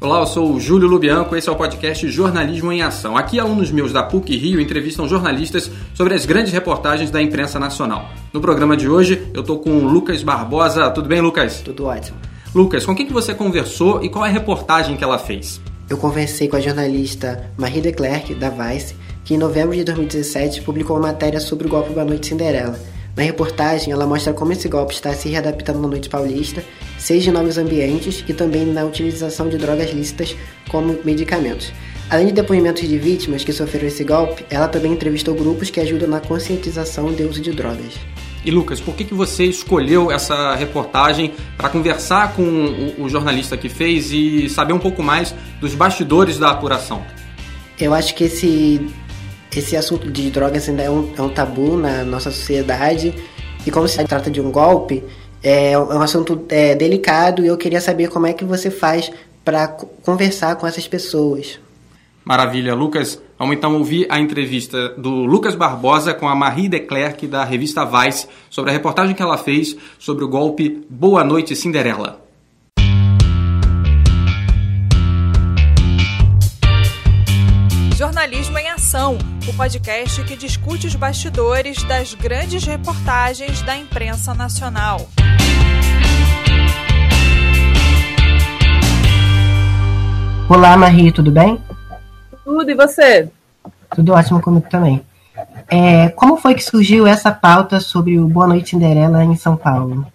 Olá, eu sou o Júlio Lubianco, esse é o podcast Jornalismo em Ação. Aqui, alunos meus da PUC-Rio entrevistam jornalistas sobre as grandes reportagens da imprensa nacional. No programa de hoje, eu estou com o Lucas Barbosa. Tudo bem, Lucas? Tudo ótimo. Lucas, com quem que você conversou e qual é a reportagem que ela fez? Eu conversei com a jornalista Marie de Clercq, da Vice, que em novembro de 2017 publicou uma matéria sobre o golpe Boa Noite Cinderela. Na reportagem, ela mostra como esse golpe está se readaptando na noite paulista, seja em novos ambientes e também na utilização de drogas lícitas como medicamentos. Além de depoimentos de vítimas que sofreram esse golpe, ela também entrevistou grupos que ajudam na conscientização do uso de drogas. E Lucas, por que você escolheu essa reportagem para conversar com o jornalista que fez e saber um pouco mais dos bastidores da apuração? Eu acho que esse assunto de drogas ainda é um tabu na nossa sociedade, e como se trata de um golpe, é um assunto delicado, e eu queria saber como é que você faz para conversar com essas pessoas. Maravilha, Lucas. Vamos então ouvir a entrevista do Lucas Barbosa com a Marie de Clercq, da revista Vice, sobre a reportagem que ela fez sobre o golpe Boa Noite Cinderela. Jornalismo em Ação, o podcast que discute os bastidores das grandes reportagens da imprensa nacional. Olá, Marie, tudo bem? Tudo, e você? Tudo ótimo comigo também. Como foi que surgiu essa pauta sobre o Boa Noite Cinderela em São Paulo?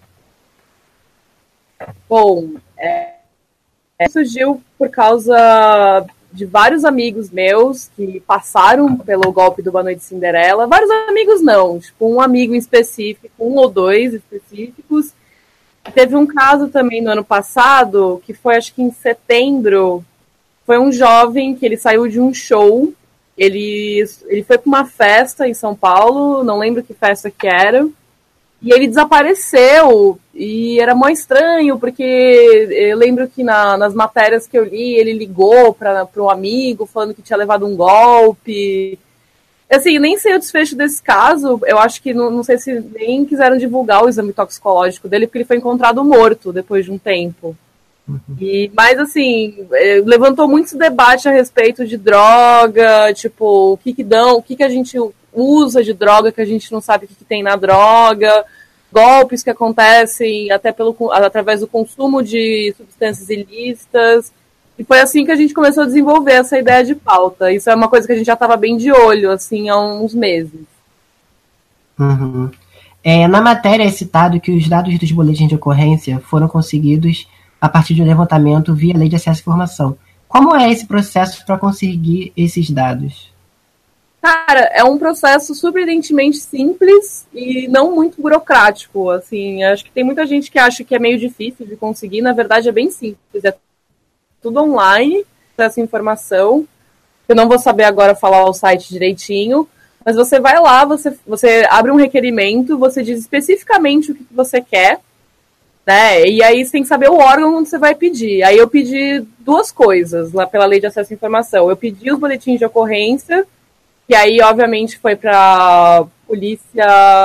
Bom, surgiu por causa de vários amigos meus que passaram pelo golpe do Boa Noite Cinderela. Vários amigos não, tipo um amigo em específico, um ou dois específicos. Teve um caso também no ano passado, que foi acho que em setembro. Foi um jovem que ele saiu de um show, ele foi para uma festa em São Paulo, não lembro que festa que era, e ele desapareceu, e era mó estranho, porque eu lembro que nas matérias que eu li, ele ligou para um amigo, falando que tinha levado um golpe. Assim, nem sei o desfecho desse caso, eu acho que não sei se nem quiseram divulgar o exame toxicológico dele, porque ele foi encontrado morto depois de um tempo. Mas assim, levantou muito debate a respeito de droga, tipo, o que a gente usa de droga que a gente não sabe o que tem na droga, golpes que acontecem até através do consumo de substâncias ilícitas. E foi assim que a gente começou a desenvolver essa ideia de pauta. Isso é uma coisa que a gente já estava bem de olho, assim, há uns meses. Uhum. Na matéria é citado que os dados dos boletins de ocorrência foram conseguidos a partir de um levantamento via Lei de Acesso à Informação. Como é esse processo para conseguir esses dados? Cara, é um processo surpreendentemente simples e não muito burocrático. Assim, acho que tem muita gente que acha que é meio difícil de conseguir. Na verdade, é bem simples. É tudo online, essa informação. Eu não vou saber agora falar o site direitinho, mas você vai lá, você abre um requerimento, você diz especificamente o que você quer, né? E aí você tem que saber o órgão onde você vai pedir. Aí eu pedi duas coisas lá pela Lei de Acesso à Informação. Eu pedi os boletins de ocorrência, que aí, obviamente, foi para polícia...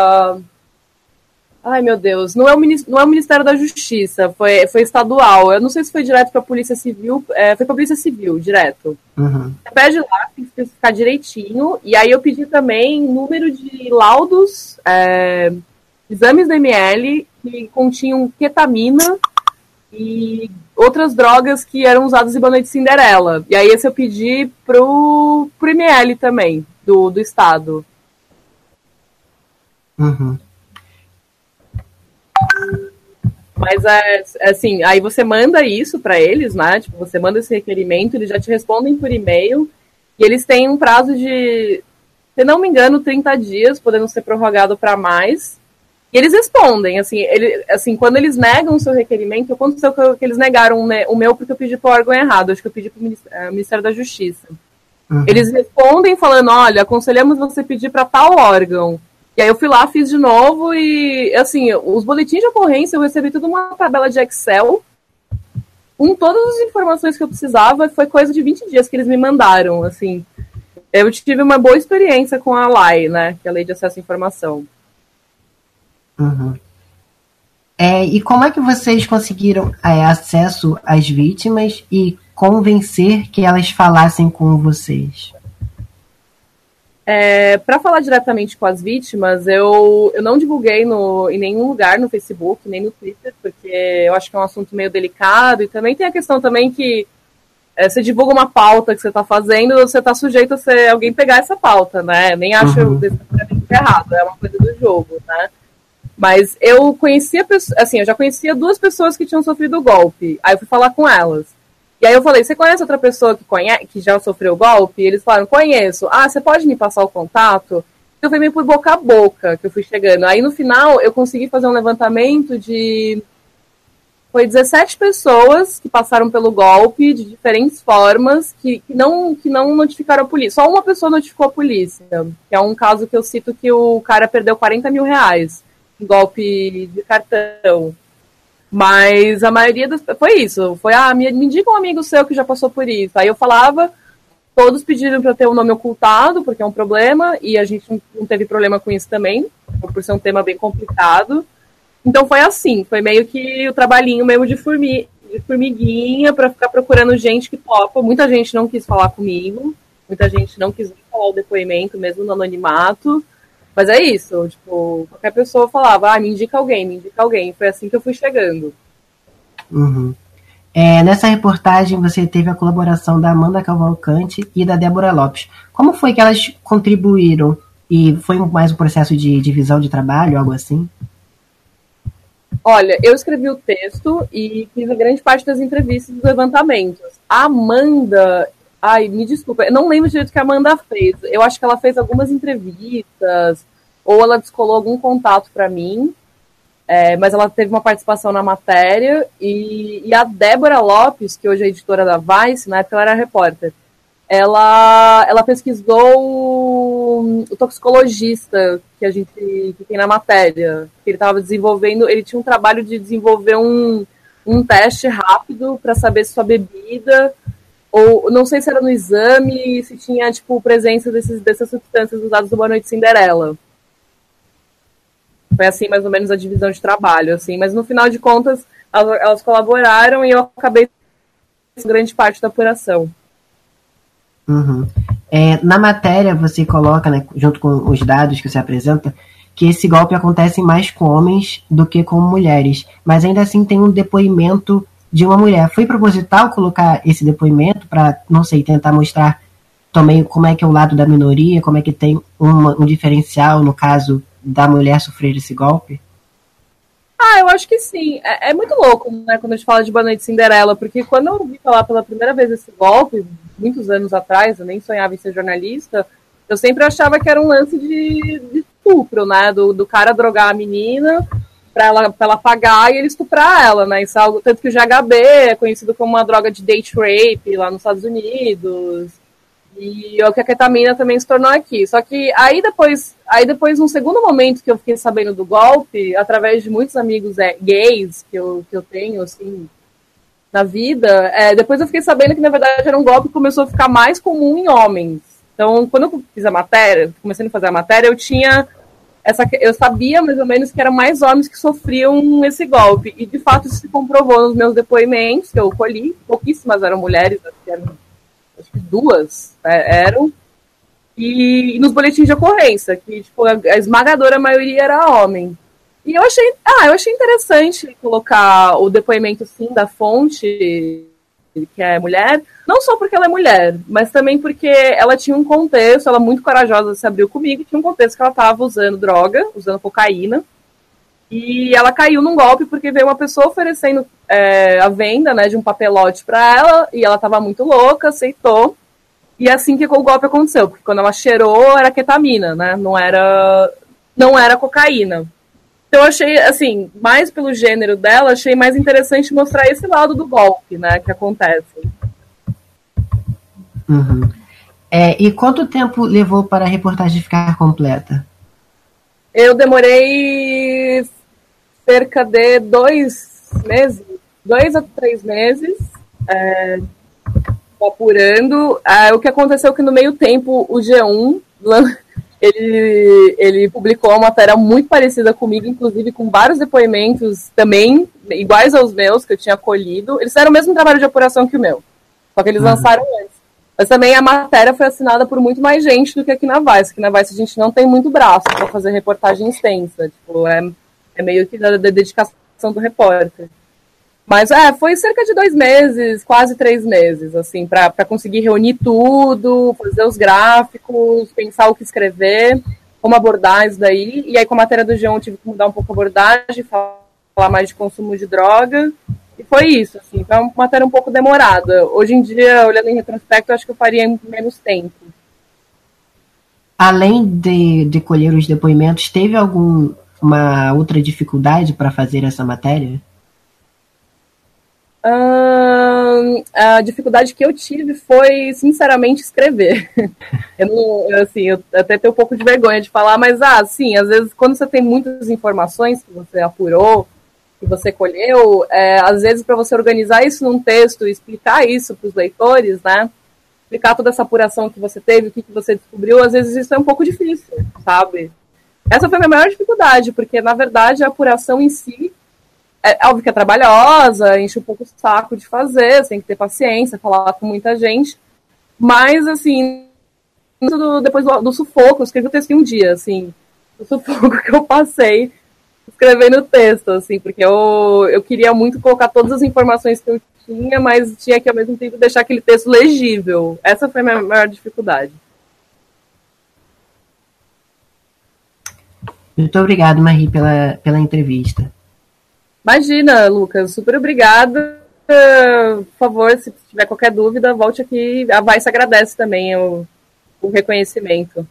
Ai, meu Deus, não é o Ministério da Justiça, foi estadual. Eu não sei se foi direto para a Polícia Civil, foi para a Polícia Civil, direto. Uhum. Você pede lá, tem que especificar direitinho. E aí eu pedi também número de laudos, exames da ML, que continham ketamina e outras drogas que eram usadas em Boa Noite Cinderela. E aí esse eu pedi pro ML também, do estado. Uhum. Mas assim, aí você manda isso para eles, né? Tipo, você manda esse requerimento, eles já te respondem por e-mail, e eles têm um prazo de, se não me engano, 30 dias, podendo ser prorrogado para mais. E eles respondem, assim, quando eles negam o seu requerimento, aconteceu que eles negaram o meu porque eu pedi para o órgão errado, acho que eu pedi para o Ministério da Justiça. Uhum. Eles respondem falando, olha, aconselhamos você pedir para tal órgão. E aí eu fui lá, fiz de novo e, assim, os boletins de ocorrência eu recebi tudo uma tabela de Excel com todas as informações que eu precisava, foi coisa de 20 dias que eles me mandaram, assim. Eu tive uma boa experiência com a LAI, né, que é a Lei de Acesso à Informação. Uhum. E como é que vocês conseguiram acesso às vítimas e convencer que elas falassem com vocês? Para falar diretamente com as vítimas, eu não divulguei em nenhum lugar no Facebook, nem no Twitter, porque eu acho que é um assunto meio delicado, e também tem a questão também que você divulga uma pauta que você está fazendo, você está sujeito a alguém pegar essa pauta, né? Nem acho errado, é uma coisa do jogo, né? Mas eu conhecia, assim, eu já conhecia 2 pessoas que tinham sofrido o golpe, aí eu fui falar com elas. E aí eu falei, você conhece outra pessoa que já sofreu o golpe? E eles falaram, conheço. Ah, você pode me passar o contato? Eu fui meio por boca a boca que eu fui chegando. Aí no final eu consegui fazer um levantamento Foi 17 pessoas que passaram pelo golpe de diferentes formas que não notificaram a polícia. Só uma pessoa notificou a polícia, que é um caso que eu cito que o cara perdeu 40 mil reais em golpe de cartão. Mas a maioria foi isso. Foi, me indica um amigo seu que já passou por isso. Aí eu falava, todos pediram para ter o nome ocultado, porque é um problema, e a gente não teve problema com isso também, por ser um tema bem complicado. Então foi assim, foi meio que o trabalhinho mesmo de formiguinha para ficar procurando gente que topa. Muita gente não quis falar comigo, muita gente não quis falar o depoimento, mesmo no anonimato. Mas é isso, tipo, qualquer pessoa falava, me indica alguém. Foi assim que eu fui chegando. Uhum. Nessa reportagem você teve a colaboração da Amanda Cavalcante e da Débora Lopes. Como foi que elas contribuíram? E foi mais um processo de divisão de trabalho, algo assim? Olha, eu escrevi o texto e fiz a grande parte das entrevistas e dos levantamentos. A Amanda... Ai, me desculpa, eu não lembro direito o que a Amanda fez. Eu acho que ela fez algumas entrevistas, ou ela descolou algum contato para mim, mas ela teve uma participação na matéria. E a Débora Lopes, que hoje é editora da Vice, na época ela era repórter, ela pesquisou o toxicologista que tem na matéria, que ele estava desenvolvendo, ele tinha um trabalho de desenvolver um teste rápido para saber se sua bebida... ou não sei se era no exame, se tinha, tipo, presença dessas substâncias usadas no Boa Noite Cinderela. Foi assim, mais ou menos, a divisão de trabalho, assim. Mas, no final de contas, elas colaboraram e eu acabei com grande parte da apuração. Uhum. Na matéria, você coloca, né, junto com os dados que você apresenta, que esse golpe acontece mais com homens do que com mulheres. Mas, ainda assim, tem um depoimento de uma mulher. Foi proposital colocar esse depoimento para, não sei, tentar mostrar também como é que é o lado da minoria, como é que tem um diferencial no caso da mulher sofrer esse golpe? Eu acho que sim. É muito louco, né, quando a gente fala de Boa Noite Cinderela, porque quando eu ouvi falar pela primeira vez esse golpe, muitos anos atrás, eu nem sonhava em ser jornalista, eu sempre achava que era um lance de estupro, né, do cara drogar a menina pra ela pagar e ele estuprar ela, né? Isso é algo, tanto que o GHB é conhecido como uma droga de date rape lá nos Estados Unidos. E é o que a ketamina também se tornou aqui. Só que aí depois, num segundo momento que eu fiquei sabendo do golpe, através de muitos amigos gays que eu tenho, assim, na vida, depois eu fiquei sabendo que, na verdade, era um golpe que começou a ficar mais comum em homens. Então, quando eu fiz a matéria, comecei a fazer a matéria, eu sabia mais ou menos que eram mais homens que sofriam esse golpe. E, de fato, isso se comprovou nos meus depoimentos, que eu colhi. Pouquíssimas eram mulheres, acho que 2 eram. E nos boletins de ocorrência, que tipo, a esmagadora maioria era homem. E eu achei interessante colocar o depoimento, sim, da fonte, que é mulher, não só porque ela é mulher, mas também porque ela tinha um contexto, ela muito corajosa se abriu comigo, tinha um contexto que ela estava usando droga, usando cocaína, e ela caiu num golpe porque veio uma pessoa oferecendo a venda, né, de um papelote para ela, e ela estava muito louca, aceitou, e assim que o golpe aconteceu, porque quando ela cheirou era ketamina, né, não era cocaína. Então eu achei, assim, mais pelo gênero dela, achei mais interessante mostrar esse lado do golpe, né, que acontece. Uhum. E quanto tempo levou para a reportagem ficar completa? Eu demorei cerca de 2 meses, 2 a 3 meses, apurando. O que aconteceu é que no meio tempo o G1... Ele publicou uma matéria muito parecida comigo, inclusive com vários depoimentos também, iguais aos meus, que eu tinha colhido. Eles fizeram o mesmo trabalho de apuração que o meu. Só que eles lançaram antes. Mas também a matéria foi assinada por muito mais gente do que aqui na Vice. Aqui na Vice a gente não tem muito braço para fazer reportagem extensa. Tipo, é meio que da dedicação do repórter. Mas foi cerca de 2 meses, quase 3 meses, assim, para conseguir reunir tudo, fazer os gráficos, pensar o que escrever, como abordar isso daí. E aí com a matéria do G1 eu tive que mudar um pouco a abordagem, falar mais de consumo de droga. E foi isso, assim, foi uma matéria um pouco demorada. Hoje em dia, olhando em retrospecto, eu acho que eu faria em menos tempo. Além de colher os depoimentos, teve alguma outra dificuldade para fazer essa matéria? A dificuldade que eu tive foi, sinceramente, escrever. Eu até tenho um pouco de vergonha de falar, mas, sim, às vezes, quando você tem muitas informações que você apurou, que você colheu, às vezes para você organizar isso num texto, explicar isso para os leitores, né, explicar toda essa apuração que você teve, o que você descobriu, às vezes isso é um pouco difícil, sabe? Essa foi a minha maior dificuldade, porque na verdade a apuração em si, é óbvio que é trabalhosa, enche um pouco o saco de fazer, você tem que ter paciência, falar com muita gente, mas assim, depois do sufoco, eu escrevi o texto em um dia, assim, o sufoco que eu passei escrevendo o texto, assim, porque eu queria muito colocar todas as informações que eu tinha, mas tinha que, ao mesmo tempo, deixar aquele texto legível. Essa foi a minha maior dificuldade. Muito obrigado, Marie, pela entrevista. Imagina, Lucas, super obrigada. Por favor, se tiver qualquer dúvida, volte aqui. A Vice agradece também o reconhecimento.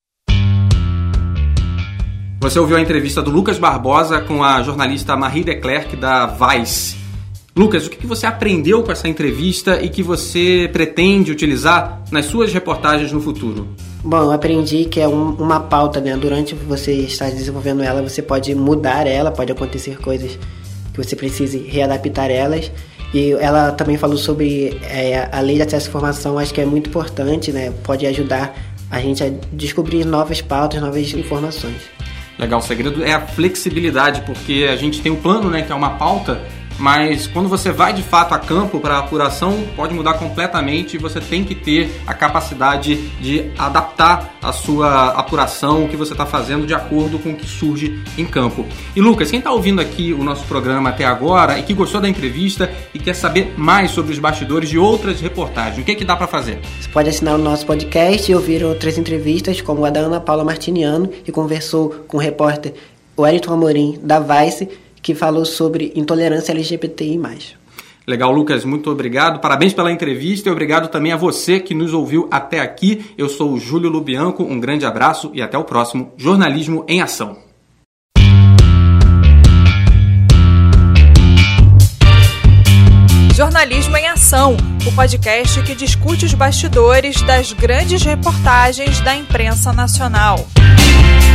Você ouviu a entrevista do Lucas Barbosa com a jornalista Marie Declercq da Vice. Lucas, o que você aprendeu com essa entrevista e que você pretende utilizar nas suas reportagens no futuro? Bom, eu aprendi que é uma pauta, né? Durante você estar desenvolvendo ela, você pode mudar ela, pode acontecer coisas que você precise readaptar elas. E ela também falou sobre a lei de acesso à informação, acho que é muito importante, né? Pode ajudar a gente a descobrir novas pautas, novas informações. Legal, o segredo é a flexibilidade, porque a gente tem um plano, né, que é uma pauta, mas quando você vai de fato a campo para a apuração, pode mudar completamente e você tem que ter a capacidade de adaptar a sua apuração, o que você está fazendo de acordo com o que surge em campo. E Lucas, quem está ouvindo aqui o nosso programa até agora e que gostou da entrevista e quer saber mais sobre os bastidores de outras reportagens, o que dá para fazer? Você pode assinar o nosso podcast e ouvir outras entrevistas, como a da Ana Paula Martiniano, que conversou com o repórter Wellington Amorim, da Vice, que falou sobre intolerância LGBTI+. Legal, Lucas, muito obrigado. Parabéns pela entrevista e obrigado também a você que nos ouviu até aqui. Eu sou o Júlio Lubianco, um grande abraço e até o próximo Jornalismo em Ação. Jornalismo em Ação, o podcast que discute os bastidores das grandes reportagens da imprensa nacional.